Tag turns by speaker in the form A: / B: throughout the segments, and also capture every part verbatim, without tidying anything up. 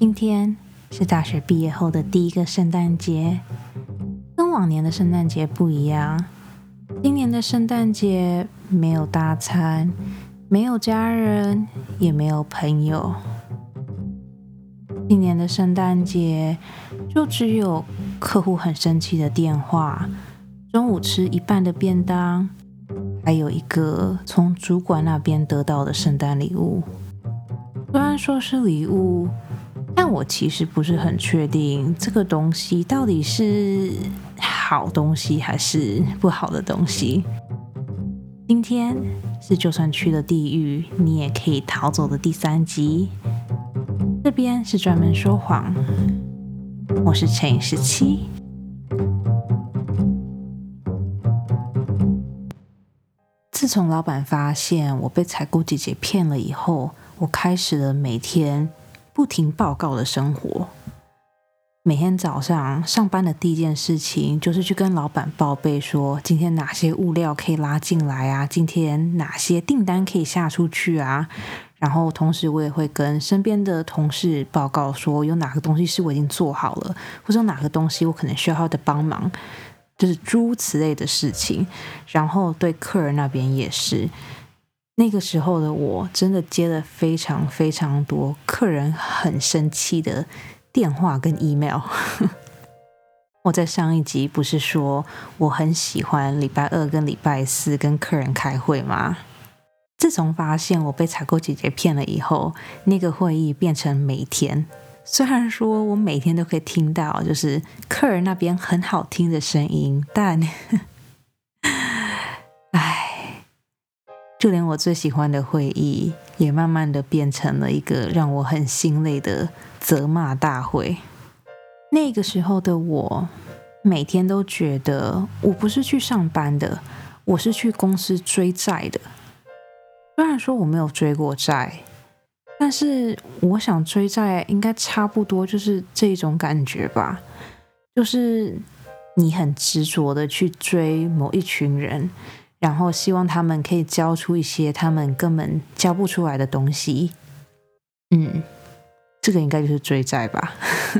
A: 今天是大学毕业后的第一个圣诞节，跟往年的圣诞节不一样。今年的圣诞节没有大餐，没有家人，也没有朋友。今年的圣诞节就只有客户很生气的电话，中午吃一半的便当，还有一个从主管那边得到的圣诞礼物。虽然说是礼物，但我其实不是很确定这个东西到底是好东西还是不好的东西。今天是就算去了地狱你也可以逃走的第三集，这边是专门说谎，我是乘以十七。自从老板发现我被采购姐姐骗了以后，我开始了每天不停报告的生活。每天早上上班的第一件事情就是去跟老板报备说今天哪些物料可以拉进来啊，今天哪些订单可以下出去啊，然后同时我也会跟身边的同事报告说有哪个东西是我已经做好了，或者哪个东西我可能需要他的帮忙，就是诸如此类的事情。然后对客人那边也是，那个时候的我真的接了非常非常多客人很生气的电话跟 email 我在上一集不是说我很喜欢礼拜二跟礼拜四跟客人开会吗？自从发现我被采购姐姐骗了以后，那个会议变成每天。虽然说我每天都可以听到就是客人那边很好听的声音，但唉，就连我最喜欢的会议也慢慢的变成了一个让我很心累的责骂大会。那个时候的我每天都觉得我不是去上班的，我是去公司追债的。虽然说我没有追过债，但是我想追债应该差不多就是这种感觉吧，就是你很执着的去追某一群人，然后希望他们可以交出一些他们根本交不出来的东西。嗯，这个应该就是追债吧。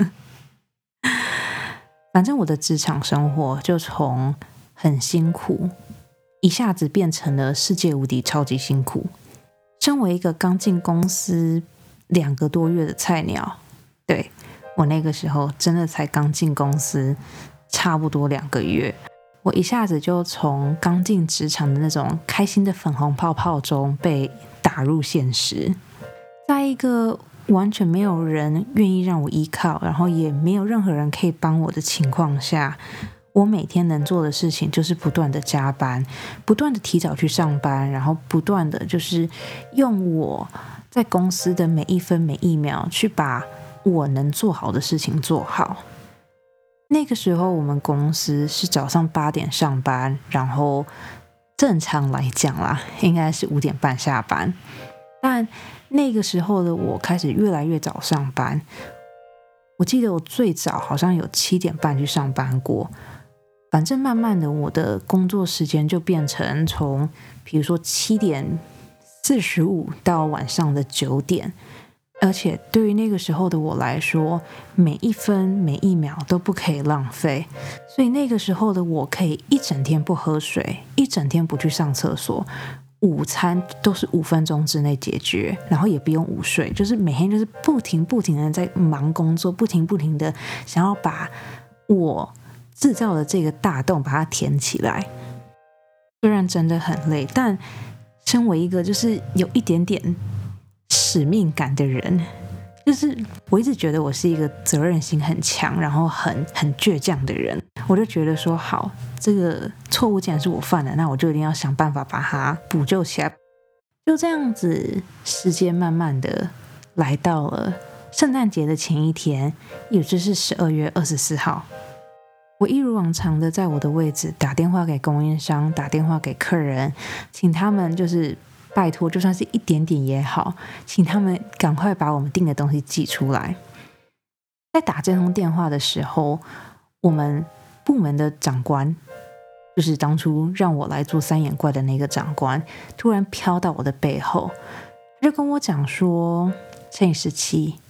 A: 反正我的职场生活就从很辛苦一下子变成了世界无敌超级辛苦。身为一个刚进公司两个多月的菜鸟，对，我那个时候真的才刚进公司差不多两个月，我一下子就从刚进职场的那种开心的粉红泡泡中被打入现实。在一个完全没有人愿意让我依靠，然后也没有任何人可以帮我的情况下，我每天能做的事情就是不断的加班，不断的提早去上班，然后不断的就是用我在公司的每一分每一秒去把我能做好的事情做好。那个时候我们公司是早上八点上班，然后正常来讲啦应该是五点半下班，但那个时候的我开始越来越早上班。我记得我最早好像有七点半去上班过。反正慢慢的我的工作时间就变成从比如说七点四十五到晚上的九点，而且对于那个时候的我来说，每一分每一秒都不可以浪费，所以那个时候的我可以一整天不喝水，一整天不去上厕所，午餐都是五分钟之内解决，然后也不用午睡，就是每天就是不停不停的在忙工作，不停不停的想要把我制造的这个大洞把它填起来。虽然真的很累，但身为一个就是有一点点使命感的人，就是我一直觉得我是一个责任心很强，然后很很倔强的人。我就觉得说好，这个错误既然是我犯的，那我就一定要想办法把它补救起来。就这样子，时间慢慢的来到了圣诞节的前一天，也就是十二月二十四号。我一如往常的在我的位置打电话给供应商，打电话给客人，请他们就是拜托，就算是一点点也好，请他们赶快把我们订的东西寄出来。在打这通电话的时候，我们部门的长官，就是当初让我来做三眼怪的那个长官，突然飘到我的背后，他就跟我讲说：乘以十七，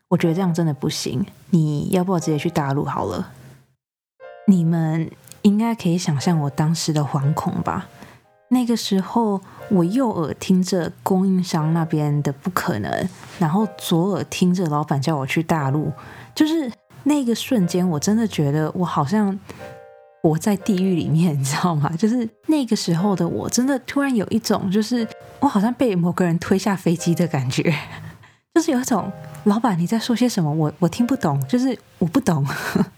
A: 我觉得这样真的不行，你要不要直接去大陆好了？你们应该可以想象我当时的惶恐吧。那个时候我右耳听着供应商那边的不可能，然后左耳听着老板叫我去大陆，就是那个瞬间我真的觉得我好像活在地狱里面，你知道吗？就是那个时候的我真的突然有一种就是我好像被某个人推下飞机的感觉，就是有一种老板你在说些什么，我我听不懂，就是我不懂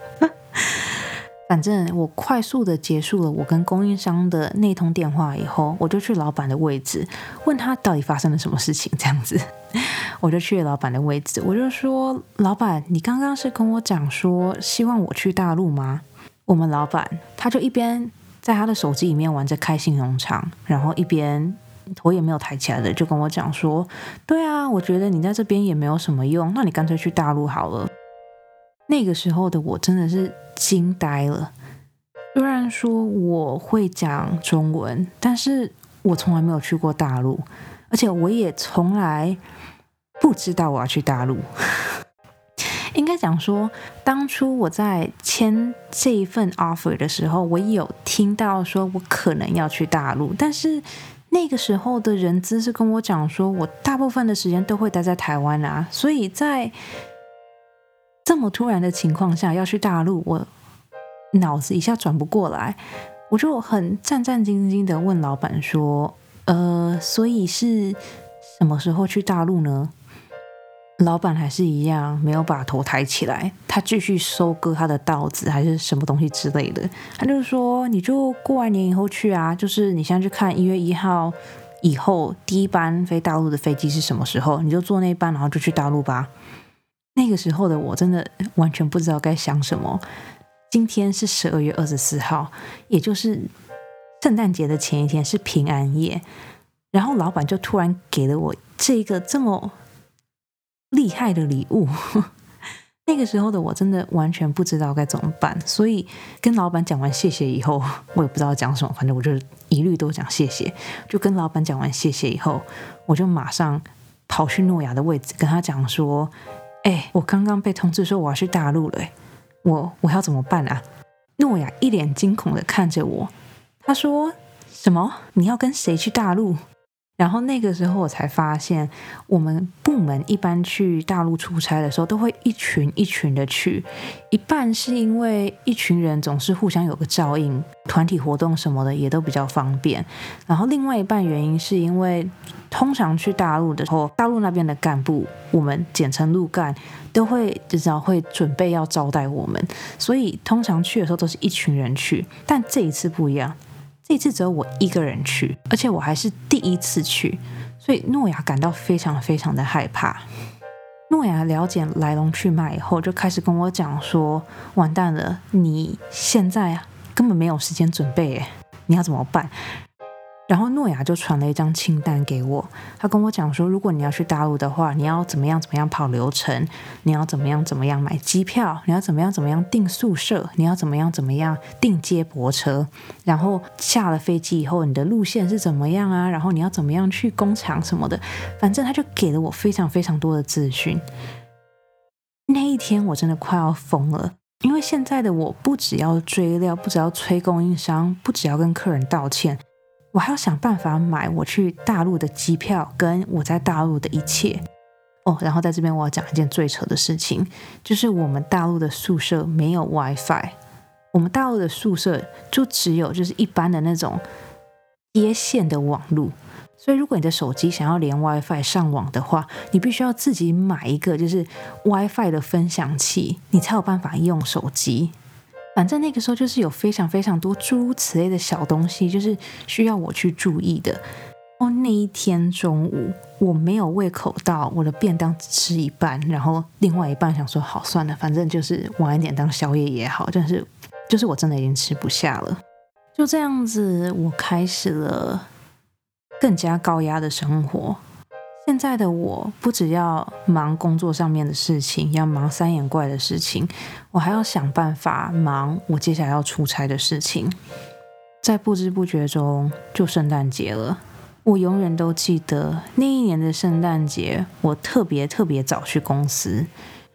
A: 反正我快速的结束了我跟供应商的那通电话以后，我就去老板的位置问他到底发生了什么事情，这样子我就去了老板的位置，我就说老板，你刚刚是跟我讲说希望我去大陆吗？我们老板他就一边在他的手机里面玩着开心农场，然后一边头也没有抬起来的就跟我讲说，对啊，我觉得你在这边也没有什么用，那你干脆去大陆好了。那个时候的我真的是惊呆了，虽然说我会讲中文，但是我从来没有去过大陆，而且我也从来不知道我要去大陆应该讲说当初我在签这一份 offer 的时候，我有听到说我可能要去大陆，但是那个时候的人资是跟我讲说我大部分的时间都会待在台湾啊，所以在这么突然的情况下要去大陆，我脑子一下转不过来，我就很战战兢兢的问老板说呃，所以是什么时候去大陆呢？老板还是一样没有把头抬起来，他继续收割他的稻子还是什么东西之类的，他就说你就过完年以后去啊，就是你现在去看一月一号以后第一班飞大陆的飞机是什么时候，你就坐那班然后就去大陆吧。那个时候的我真的完全不知道该想什么。今天是十二月二十四号，也就是圣诞节的前一天，是平安夜，然后老板就突然给了我这个这么厉害的礼物那个时候的我真的完全不知道该怎么办，所以跟老板讲完谢谢以后，我也不知道讲什么，反正我就一律都讲谢谢。就跟老板讲完谢谢以后，我就马上跑去诺亚的位置跟他讲说，哎、欸，我刚刚被通知说我要去大陆了、欸，我我要怎么办啊？诺亚一脸惊恐的看着我，他说什么？你要跟谁去大陆？然后那个时候我才发现，我们部门一般去大陆出差的时候都会一群一群的去，一半是因为一群人总是互相有个照应，团体活动什么的也都比较方便，然后另外一半原因是因为通常去大陆的时候，大陆那边的干部，我们简称陆干，都会至少会准备要招待我们，所以通常去的时候都是一群人去，但这一次不一样，这次只有我一个人去，而且我还是第一次去，所以诺亚感到非常非常的害怕。诺亚了解来龙去脉以后，就开始跟我讲说，完蛋了，你现在根本没有时间准备耶，你要怎么办？然后诺亚就传了一张清单给我，他跟我讲说，如果你要去大陆的话，你要怎么样怎么样跑流程，你要怎么样怎么样买机票，你要怎么样怎么样订宿舍，你要怎么样怎么样订接驳车，然后下了飞机以后你的路线是怎么样啊，然后你要怎么样去工厂什么的，反正他就给了我非常非常多的资讯。那一天我真的快要疯了，因为现在的我不只要追料，不只要催供应商，不只要跟客人道歉，我还要想办法买我去大陆的机票跟我在大陆的一切哦。然后在这边我要讲一件最扯的事情，就是我们大陆的宿舍没有 WiFi， 我们大陆的宿舍就只有就是一般的那种接线的网路，所以如果你的手机想要连 WiFi 上网的话，你必须要自己买一个就是 WiFi 的分享器，你才有办法用手机。反正那个时候就是有非常非常多诸如此类的小东西，就是需要我去注意的。哦，那一天中午我没有胃口到，我的便当只吃一半，然后另外一半想说好算了，反正就是晚一点当宵夜也好，但是就是我真的已经吃不下了。就这样子，我开始了更加高压的生活。现在的我不只要忙工作上面的事情，要忙三眼怪的事情，我还要想办法忙我接下来要出差的事情。在不知不觉中就圣诞节了，我永远都记得那一年的圣诞节，我特别特别早去公司，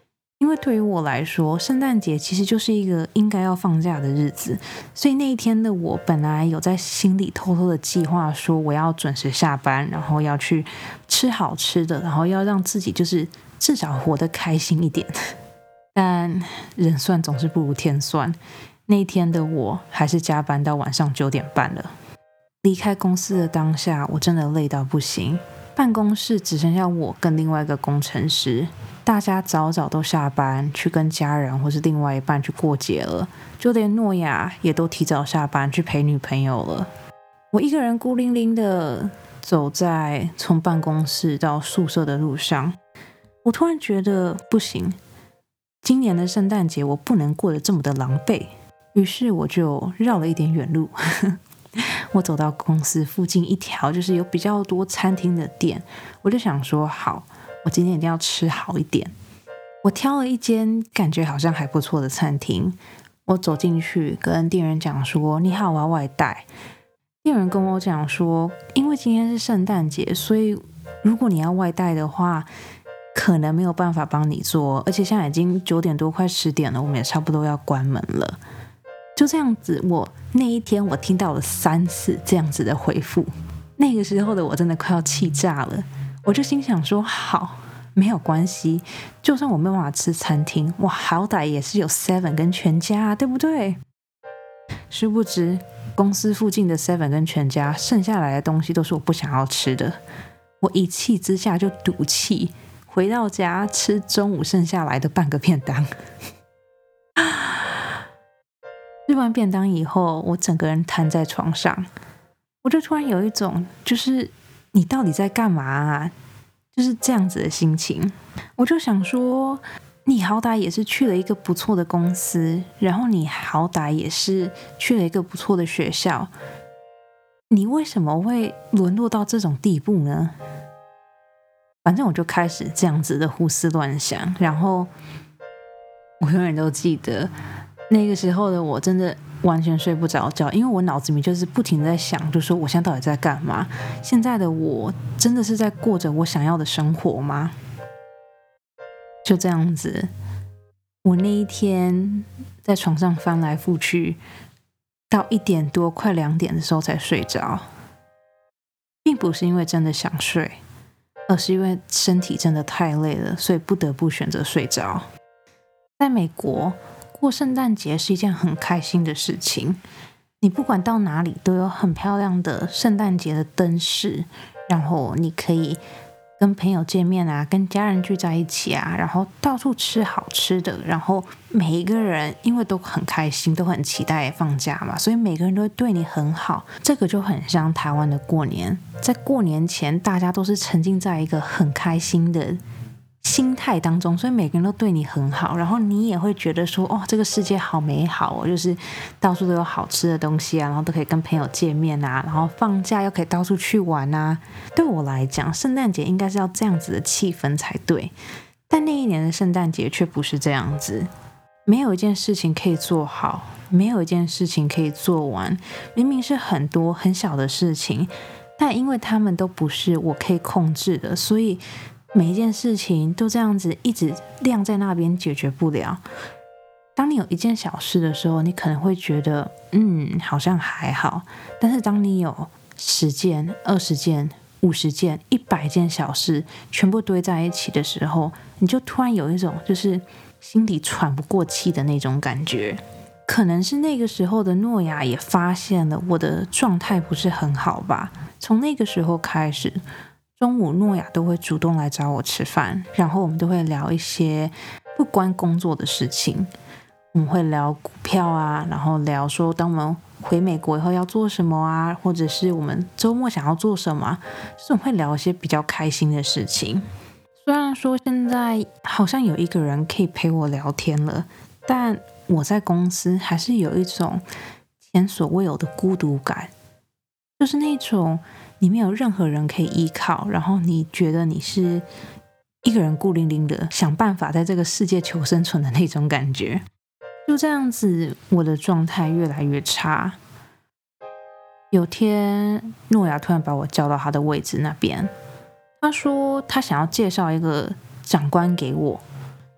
A: 为对于我来说，圣诞节其实就是一个应该要放假的日子，所以那一天的我本来有在心里偷偷的计划说我要准时下班，然后要去吃好吃的，然后要让自己就是至少活得开心一点。但人算总是不如天算，那一天的我还是加班到晚上九点半了。离开公司的当下，我真的累到不行，办公室只剩下我跟另外一个工程师，大家早早都下班去跟家人或是另外一半去过节了，就连诺亚也都提早下班去陪女朋友了。我一个人孤零零的走在从办公室到宿舍的路上，我突然觉得不行，今年的圣诞节我不能过得这么的狼狈，于是我就绕了一点远路。我走到公司附近一条就是有比较多餐厅的店，我就想说好，我今天一定要吃好一点。我挑了一间感觉好像还不错的餐厅，我走进去跟店员讲说你好，我要外带。店员跟我讲说因为今天是圣诞节，所以如果你要外带的话可能没有办法帮你做，而且现在已经九点多快十点了，我们也差不多要关门了。就这样子，我那一天我听到了三次这样子的回复，那个时候的我真的快要气炸了。我就心想说好，没有关系，就算我没有办法吃餐厅，我好歹也是有 seven 跟全家啊，对不对？殊不知公司附近的 seven 跟全家剩下来的东西都是我不想要吃的，我一气之下就赌气回到家吃中午剩下来的半个便当。吃完便当以后，我整个人瘫在床上，我就突然有一种就是你到底在干嘛啊，就是这样子的心情。我就想说你好歹也是去了一个不错的公司，然后你好歹也是去了一个不错的学校，你为什么会沦落到这种地步呢？反正我就开始这样子的胡思乱想，然后我永远都记得那个时候的我真的完全睡不着觉，因为我脑子里面就是不停地在想，就说我现在到底在干嘛？现在的我真的是在过着我想要的生活吗？就这样子，我那一天在床上翻来覆去，到一点多快两点的时候才睡着，并不是因为真的想睡，而是因为身体真的太累了，所以不得不选择睡着。在美国过圣诞节是一件很开心的事情，你不管到哪里都有很漂亮的圣诞节的灯饰，然后你可以跟朋友见面啊，跟家人聚在一起啊，然后到处吃好吃的，然后每一个人因为都很开心，都很期待放假嘛，所以每个人都会对你很好。这个就很像台湾的过年，在过年前大家都是沉浸在一个很开心的心态当中，所以每个人都对你很好，然后你也会觉得说哦，这个世界好美好哦，就是到处都有好吃的东西啊，然后都可以跟朋友见面啊，然后放假又可以到处去玩啊。对我来讲，圣诞节应该是要这样子的气氛才对，但那一年的圣诞节却不是这样子，没有一件事情可以做好，没有一件事情可以做完，明明是很多很小的事情，但因为他们都不是我可以控制的，所以每一件事情都这样子一直晾在那边解决不了。当你有一件小事的时候，你可能会觉得嗯好像还好，但是当你有十件、二十件、五十件、一百件小事全部堆在一起的时候，你就突然有一种就是心里喘不过气的那种感觉。可能是那个时候的诺亚也发现了我的状态不是很好吧，从那个时候开始，中午诺亚都会主动来找我吃饭，然后我们都会聊一些不关工作的事情，我们会聊股票啊，然后聊说当我们回美国以后要做什么啊，或者是我们周末想要做什么，就是我们会聊一些比较开心的事情。虽然说现在好像有一个人可以陪我聊天了，但我在公司还是有一种前所未有的孤独感，就是那种你没有任何人可以依靠，然后你觉得你是一个人孤零零的想办法在这个世界求生存的那种感觉。就这样子，我的状态越来越差。有天诺亚突然把我叫到他的位置那边，他说他想要介绍一个长官给我，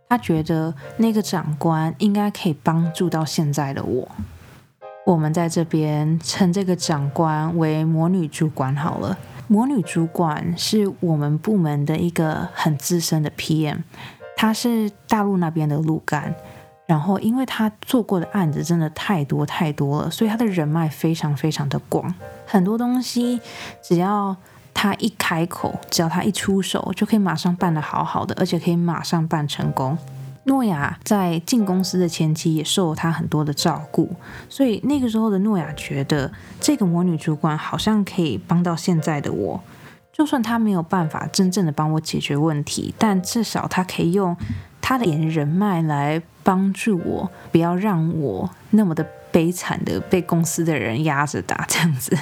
A: 他觉得那个长官应该可以帮助到现在的我。我们在这边称这个长官为魔女主管好了。魔女主管是我们部门的一个很资深的 P M， 她是大陆那边的路干，然后因为她做过的案子真的太多太多了，所以她的人脉非常非常的广，很多东西只要她一开口，只要她一出手，就可以马上办得好好的，而且可以马上办成功。诺亚在进公司的前期也受了他很多的照顾，所以那个时候的诺亚觉得这个魔女主管好像可以帮到现在的我，就算他没有办法真正的帮我解决问题，但至少他可以用他的人脉来帮助我，不要让我那么的悲惨的被公司的人压着打这样子。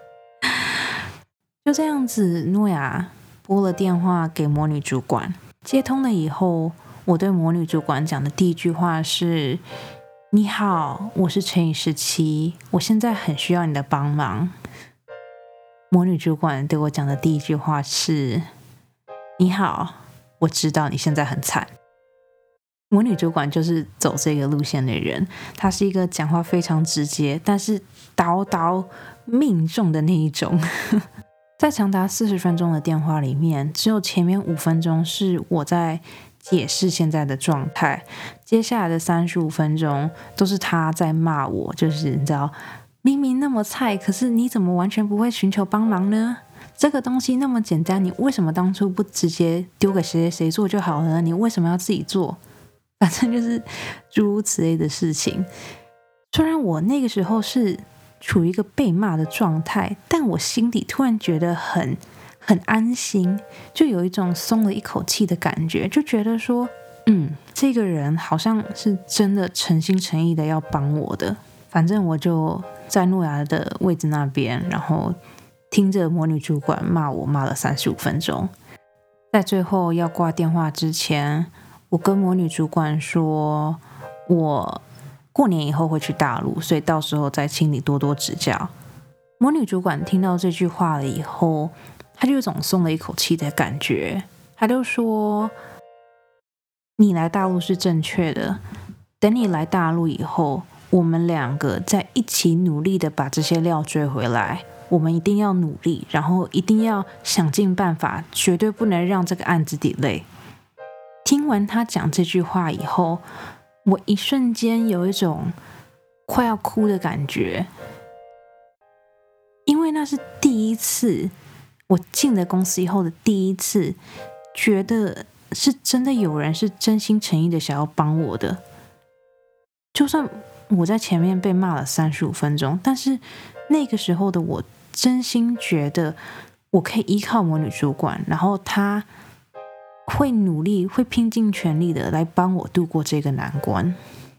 A: 就这样子，诺亚拨了电话给魔女主管，接通了以后，我对魔女主管讲的第一句话是：你好，我是乘以十七，我现在很需要你的帮忙。魔女主管对我讲的第一句话是：你好，我知道你现在很惨。魔女主管就是走这个路线的人，她是一个讲话非常直接，但是刀刀命中的那一种。在长达四十分钟的电话里面，只有前面五分钟是我在解释现在的状态，接下来的三十五分钟都是他在骂我，就是你知道，明明那么菜，可是你怎么完全不会寻求帮忙呢？这个东西那么简单，你为什么当初不直接丢给谁谁谁做就好了？你为什么要自己做？反正就是诸如此类的事情。虽然我那个时候是处于一个被骂的状态，但我心里突然觉得很很安心，就有一种松了一口气的感觉，就觉得说，嗯，这个人好像是真的诚心诚意的要帮我的。反正我就在诺亚的位置那边，然后听着魔女主管骂我，骂了三十五分钟。在最后要挂电话之前，我跟魔女主管说，我过年以后会去大陆，所以到时候再请你多多指教。魔女主管听到这句话了以后，她就有种松了一口气的感觉，她就说，你来大陆是正确的，等你来大陆以后，我们两个再一起努力的把这些料追回来，我们一定要努力，然后一定要想尽办法，绝对不能让这个案子 delay。 听完她讲这句话以后，我一瞬间有一种快要哭的感觉，因为那是第一次，我进了公司以后的第一次，觉得是真的有人是真心诚意的想要帮我的。就算我在前面被骂了三十五分钟，但是那个时候的我真心觉得我可以依靠魔女主管，然后她会努力，会拼尽全力的来帮我度过这个难关。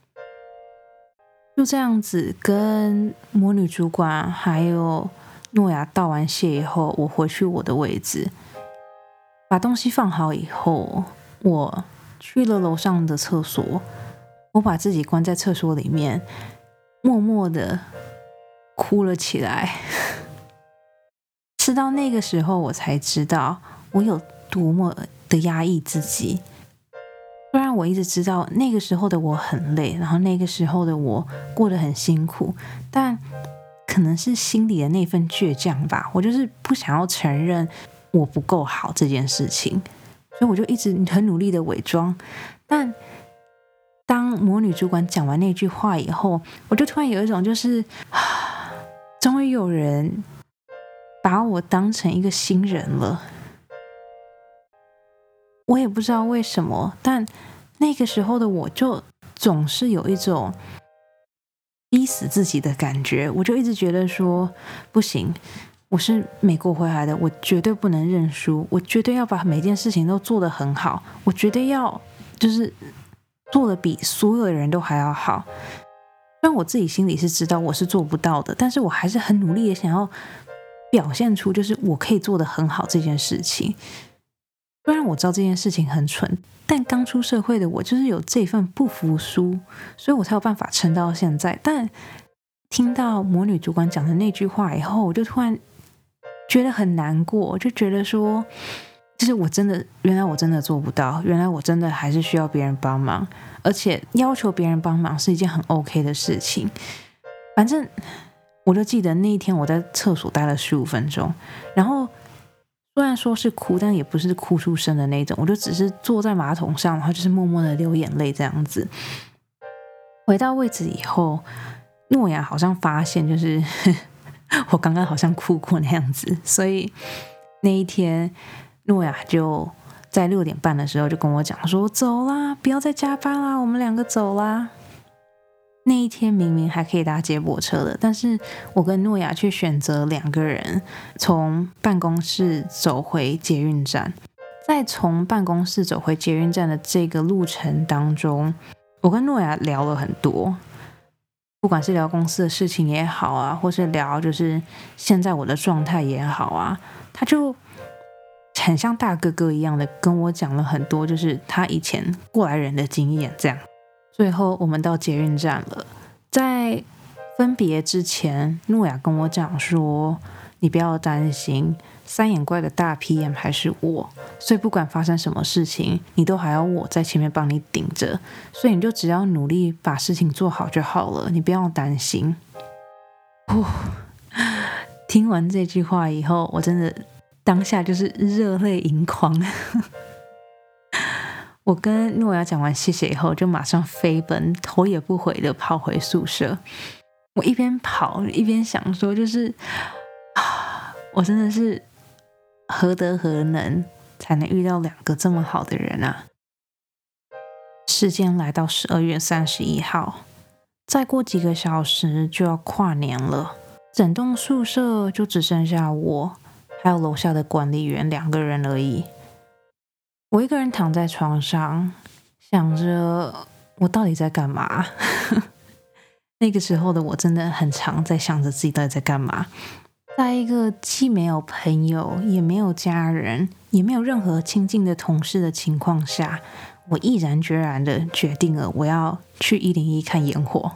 A: 就这样子跟魔女主管还有诺亚道完谢以后，我回去我的位置，把东西放好以后，我去了楼上的厕所，我把自己关在厕所里面，默默的哭了起来。直到那个时候我才知道我有多么的压抑自己。虽然我一直知道那个时候的我很累，然后那个时候的我过得很辛苦，但可能是心里的那份倔强吧，我就是不想要承认我不够好这件事情，所以我就一直很努力的伪装。但当魔女主管讲完那句话以后，我就突然有一种就是啊，终于有人把我当成一个新人了。我也不知道为什么，但那个时候的我就总是有一种逼死自己的感觉，我就一直觉得说不行，我是美国回来的，我绝对不能认输，我绝对要把每件事情都做得很好，我绝对要就是做得比所有的人都还要好。虽然我自己心里是知道我是做不到的，但是我还是很努力的想要表现出就是我可以做得很好这件事情。虽然我知道这件事情很蠢，但刚出社会的我就是有这份不服输，所以我才有办法撑到现在。但听到魔女主管讲的那句话以后，我就突然觉得很难过，就觉得说就是我真的，原来我真的做不到，原来我真的还是需要别人帮忙，而且要求别人帮忙是一件很 OK 的事情。反正我就记得那一天我在厕所待了十五分钟，然后虽然说是哭，但也不是哭出声的那种，我就只是坐在马桶上，然后就是默默的流眼泪这样子。回到位置以后，诺亚好像发现就是我刚刚好像哭过那样子，所以那一天诺亚就在六点半的时候就跟我讲说，走啦，不要再加班啦，我们两个走啦。那一天明明还可以搭接驳车的，但是我跟诺亚却选择两个人从办公室走回捷运站。在从办公室走回捷运站的这个路程当中，我跟诺亚聊了很多，不管是聊公司的事情也好啊，或是聊就是现在我的状态也好啊，他就很像大哥哥一样的跟我讲了很多，就是他以前过来人的经验这样。最后我们到捷运站了，在分别之前，诺亚跟我讲说，你不要担心，三眼怪的大 P M 还是我，所以不管发生什么事情，你都还要我在前面帮你顶着，所以你就只要努力把事情做好就好了，你不要担心。哦，听完这句话以后，我真的当下就是热泪盈眶。我跟诺亚讲完谢谢以后，就马上飞奔，头也不回的跑回宿舍。我一边跑一边想说，就是啊，我真的是何德何能才能遇到两个这么好的人啊！时间来到十二月三十一号，再过几个小时就要跨年了，整栋宿舍就只剩下我还有楼下的管理员两个人而已。我一个人躺在床上，想着我到底在干嘛。那个时候的我真的很常在想着自己到底在干嘛。在一个既没有朋友也没有家人也没有任何亲近的同事的情况下，我毅然决然的决定了我要去一零一看烟火。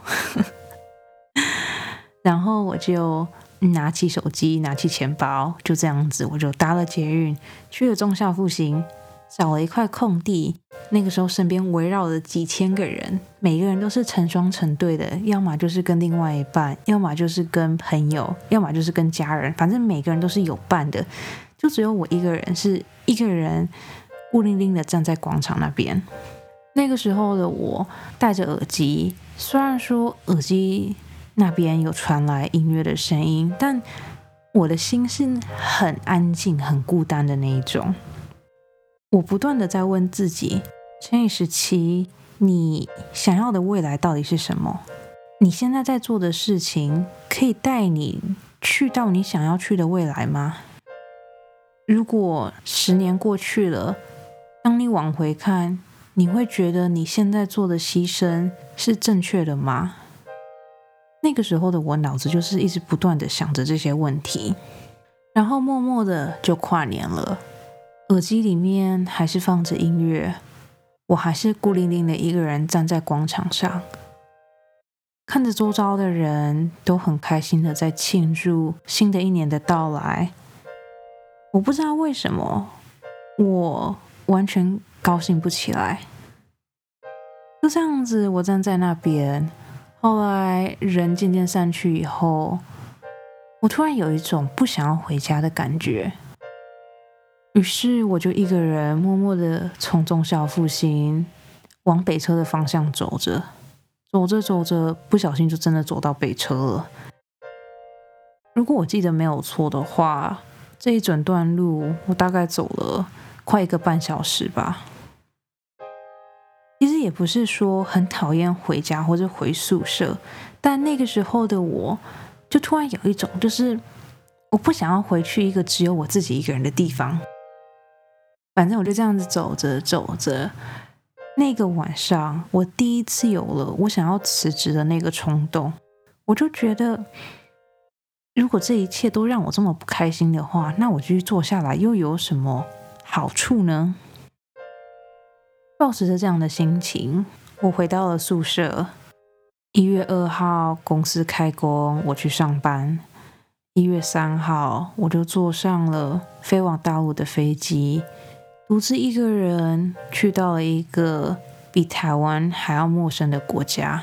A: 然后我就拿起手机拿起钱包，就这样子我就搭了捷运去了忠孝复兴，找了一块空地。那个时候身边围绕着几千个人，每个人都是成双成对的，要么就是跟另外一半，要么就是跟朋友，要么就是跟家人，反正每个人都是有伴的，就只有我一个人是一个人孤零零的站在广场那边。那个时候的我戴着耳机，虽然说耳机那边有传来音乐的声音，但我的心是很安静很孤单的那一种。我不断的在问自己，陈以十七，你想要的未来到底是什么？你现在在做的事情可以带你去到你想要去的未来吗？如果十年过去了，当你往回看，你会觉得你现在做的牺牲是正确的吗？那个时候的我脑子就是一直不断的想着这些问题，然后默默的就跨年了。耳机里面还是放着音乐，我还是孤零零的一个人站在广场上，看着周遭的人都很开心的在庆祝新的一年的到来。我不知道为什么，我完全高兴不起来。就这样子，我站在那边，后来人渐渐散去以后，我突然有一种不想要回家的感觉。于是我就一个人默默的从忠孝复兴往北车的方向走着，走着走着，不小心就真的走到北车了。如果我记得没有错的话，这一整段路我大概走了快一个半小时吧。其实也不是说很讨厌回家或者回宿舍，但那个时候的我就突然有一种，就是我不想要回去一个只有我自己一个人的地方。反正我就这样子走着走着，那个晚上我第一次有了我想要辞职的那个冲动。我就觉得，如果这一切都让我这么不开心的话，那我继续做下来又有什么好处呢？抱持着这样的心情，我回到了宿舍。一月二号公司开工，我去上班。一月三号我就坐上了飞往大陆的飞机， 独自一个人去到了一个比台湾还要陌生的国家。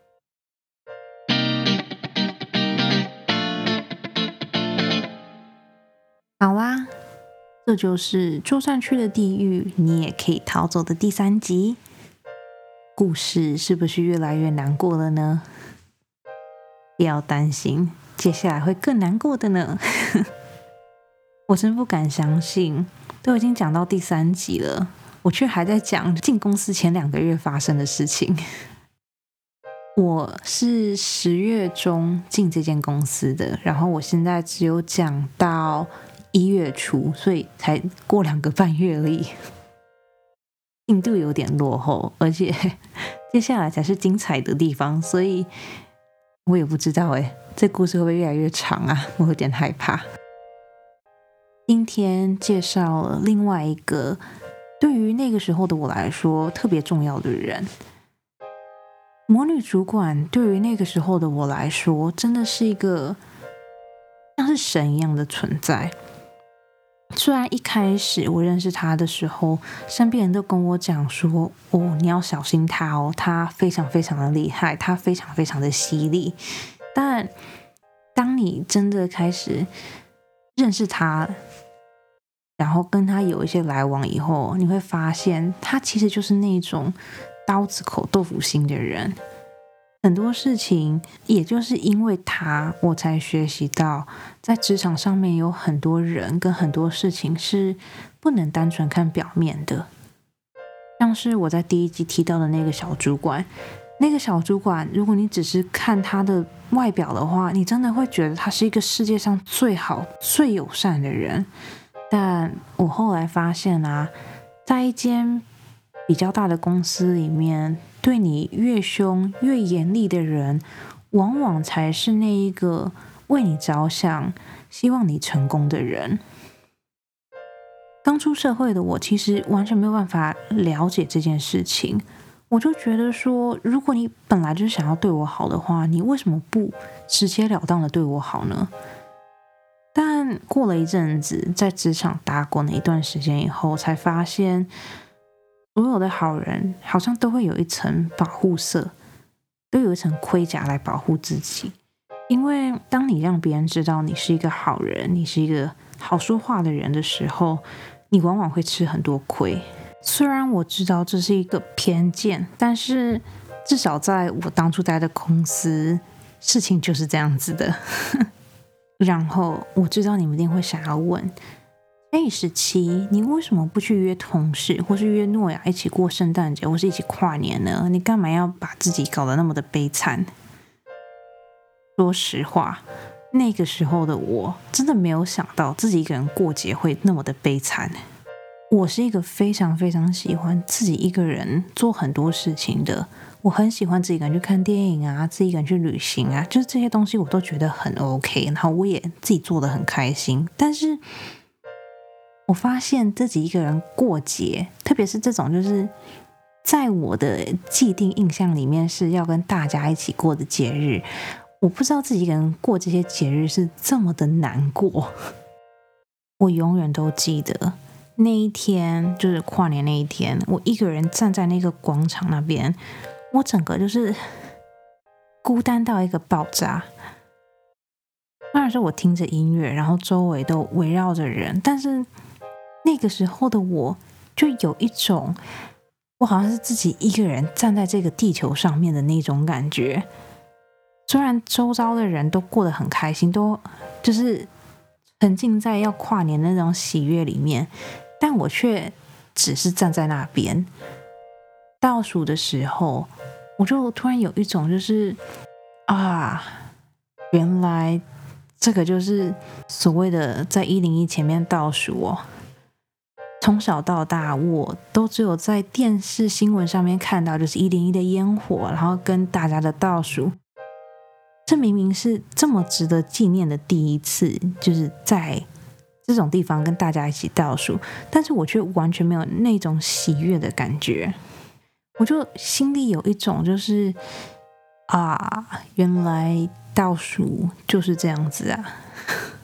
A: 好啦，这就是就算去了地狱，你也可以逃走的第三集。故事是不是越来越难过了呢？不要担心，接下来会更难过的呢。我真不敢相信，都已经讲到第三集了，我却还在讲进公司前两个月发生的事情。我是十月中进这间公司的，然后我现在只有讲到一月初，所以才过两个半月而已，进度有点落后，而且接下来才是精彩的地方，所以我也不知道诶，这故事会不会越来越长啊？我有点害怕。今天介绍了另外一个对于那个时候的我来说特别重要的人。魔女主管对于那个时候的我来说真的是一个像是神一样的存在。虽然一开始我认识他的时候，身边人都跟我讲说，哦，你要小心他哦，他非常非常的厉害，他非常非常的犀利。但当你真的开始认识他，然后跟他有一些来往以后，你会发现他其实就是那种刀子口豆腐心的人。很多事情也就是因为他，我才学习到在职场上面有很多人跟很多事情是不能单纯看表面的。像是我在第一集提到的那个小主管，那个小主管如果你只是看他的外表的话，你真的会觉得他是一个世界上最好最友善的人。但我后来发现啊，在一间比较大的公司里面，对你越凶越严厉的人，往往才是那一个为你着想希望你成功的人。刚出社会的我其实完全没有办法了解这件事情，我就觉得说，如果你本来就是想要对我好的话，你为什么不直截了当的对我好呢？但过了一阵子，在职场打滚了一段时间以后，才发现所有的好人好像都会有一层保护色，都有一层盔甲来保护自己。因为当你让别人知道你是一个好人，你是一个好说话的人的时候，你往往会吃很多亏。虽然我知道这是一个偏见，但是至少在我当初待的公司，事情就是这样子的。然后我知道你们一定会想要问，哎，十七，你为什么不去约同事，或是约诺亚一起过圣诞节，或是一起跨年呢？你干嘛要把自己搞得那么的悲惨？说实话，那个时候的我真的没有想到自己一个人过节会那么的悲惨。我是一个非常非常喜欢自己一个人做很多事情的，我很喜欢自己一个人去看电影啊，自己一个人去旅行啊，就是这些东西我都觉得很 OK， 然后我也自己做得很开心。但是我发现自己一个人过节，特别是这种就是在我的既定印象里面是要跟大家一起过的节日，我不知道自己一个人过这些节日是这么的难过。我永远都记得那一天，就是跨年那一天，我一个人站在那个广场那边，我整个就是孤单到一个爆炸。当然是我听着音乐，然后周围都围绕着人，但是那个时候的我就有一种我好像是自己一个人站在这个地球上面的那种感觉。虽然周遭的人都过得很开心，都就是沉浸在要跨年的那种喜悦里面，但我却只是站在那边。倒数的时候，我就突然有一种就是啊，原来这个就是所谓的在一零一前面倒数哦。从小到大，我都只有在电视新闻上面看到，就是一零一的烟火，然后跟大家的倒数。这明明是这么值得纪念的第一次，就是在这种地方跟大家一起倒数，但是我却完全没有那种喜悦的感觉。我就心里有一种就是啊，原来倒数就是这样子啊。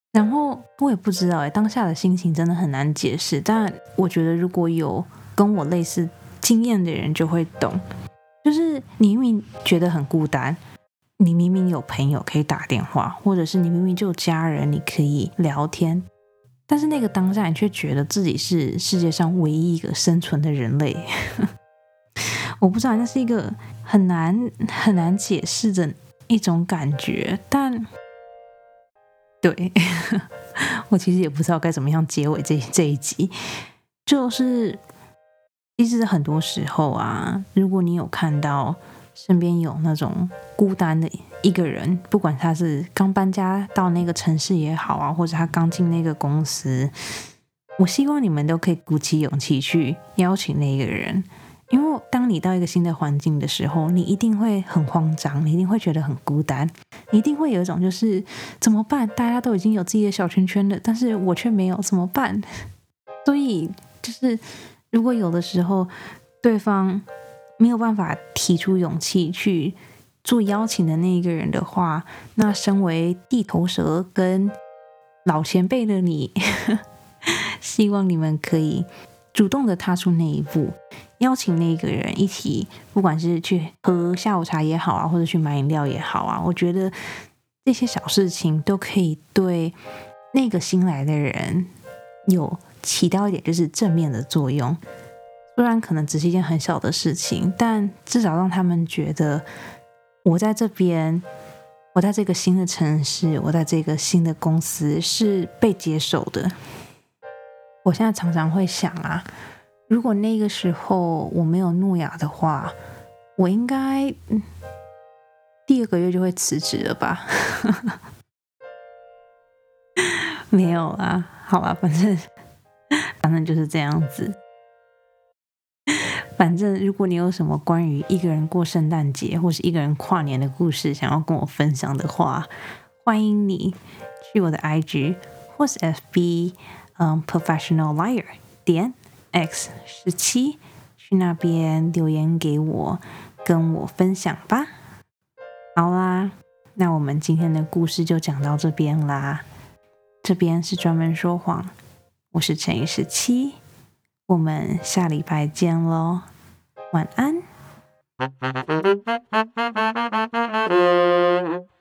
A: 然后我也不知道哎，当下的心情真的很难解释。但我觉得如果有跟我类似经验的人就会懂，就是你明明觉得很孤单，你明明有朋友可以打电话，或者是你明明就有家人你可以聊天，但是那个当下你却觉得自己是世界上唯一一个生存的人类。我不知道，那是一个很难很难解释的一种感觉。但对我其实也不知道该怎么样结尾这这一集。就是其实很多时候啊，如果你有看到身边有那种孤单的一个人，不管他是刚搬家到那个城市也好啊，或者他刚进那个公司，我希望你们都可以鼓起勇气去邀请那个人。因为当你到一个新的环境的时候，你一定会很慌张，你一定会觉得很孤单，你一定会有一种就是怎么办？大家都已经有自己的小圈圈了，但是我却没有，怎么办？所以就是如果有的时候对方没有办法提出勇气去做邀请的那一个人的话，那身为地头蛇跟老前辈的你希望你们可以主动的踏出那一步，邀请那个人一起，不管是去喝下午茶也好啊，或者去买饮料也好啊，我觉得这些小事情都可以对那个新来的人有起到一点就是正面的作用。虽然可能只是一件很小的事情，但至少让他们觉得我在这边，我在这个新的城市，我在这个新的公司是被接受的。我现在常常会想啊，如果那个时候我没有诺亚的话，我应该、嗯、第二个月就会辞职了吧。没有啦，好啦，反正反正就是这样子。反正如果你有什么关于一个人过圣诞节或是一个人跨年的故事想要跟我分享的话，欢迎你去我的 I G 或是 F B、嗯、professional liar 点 x 十七去那边留言给我，跟我分享吧。好啦，那我们今天的故事就讲到这边啦。这边是专门说谎，我是陈一十七，我们下礼拜见咯，晚安。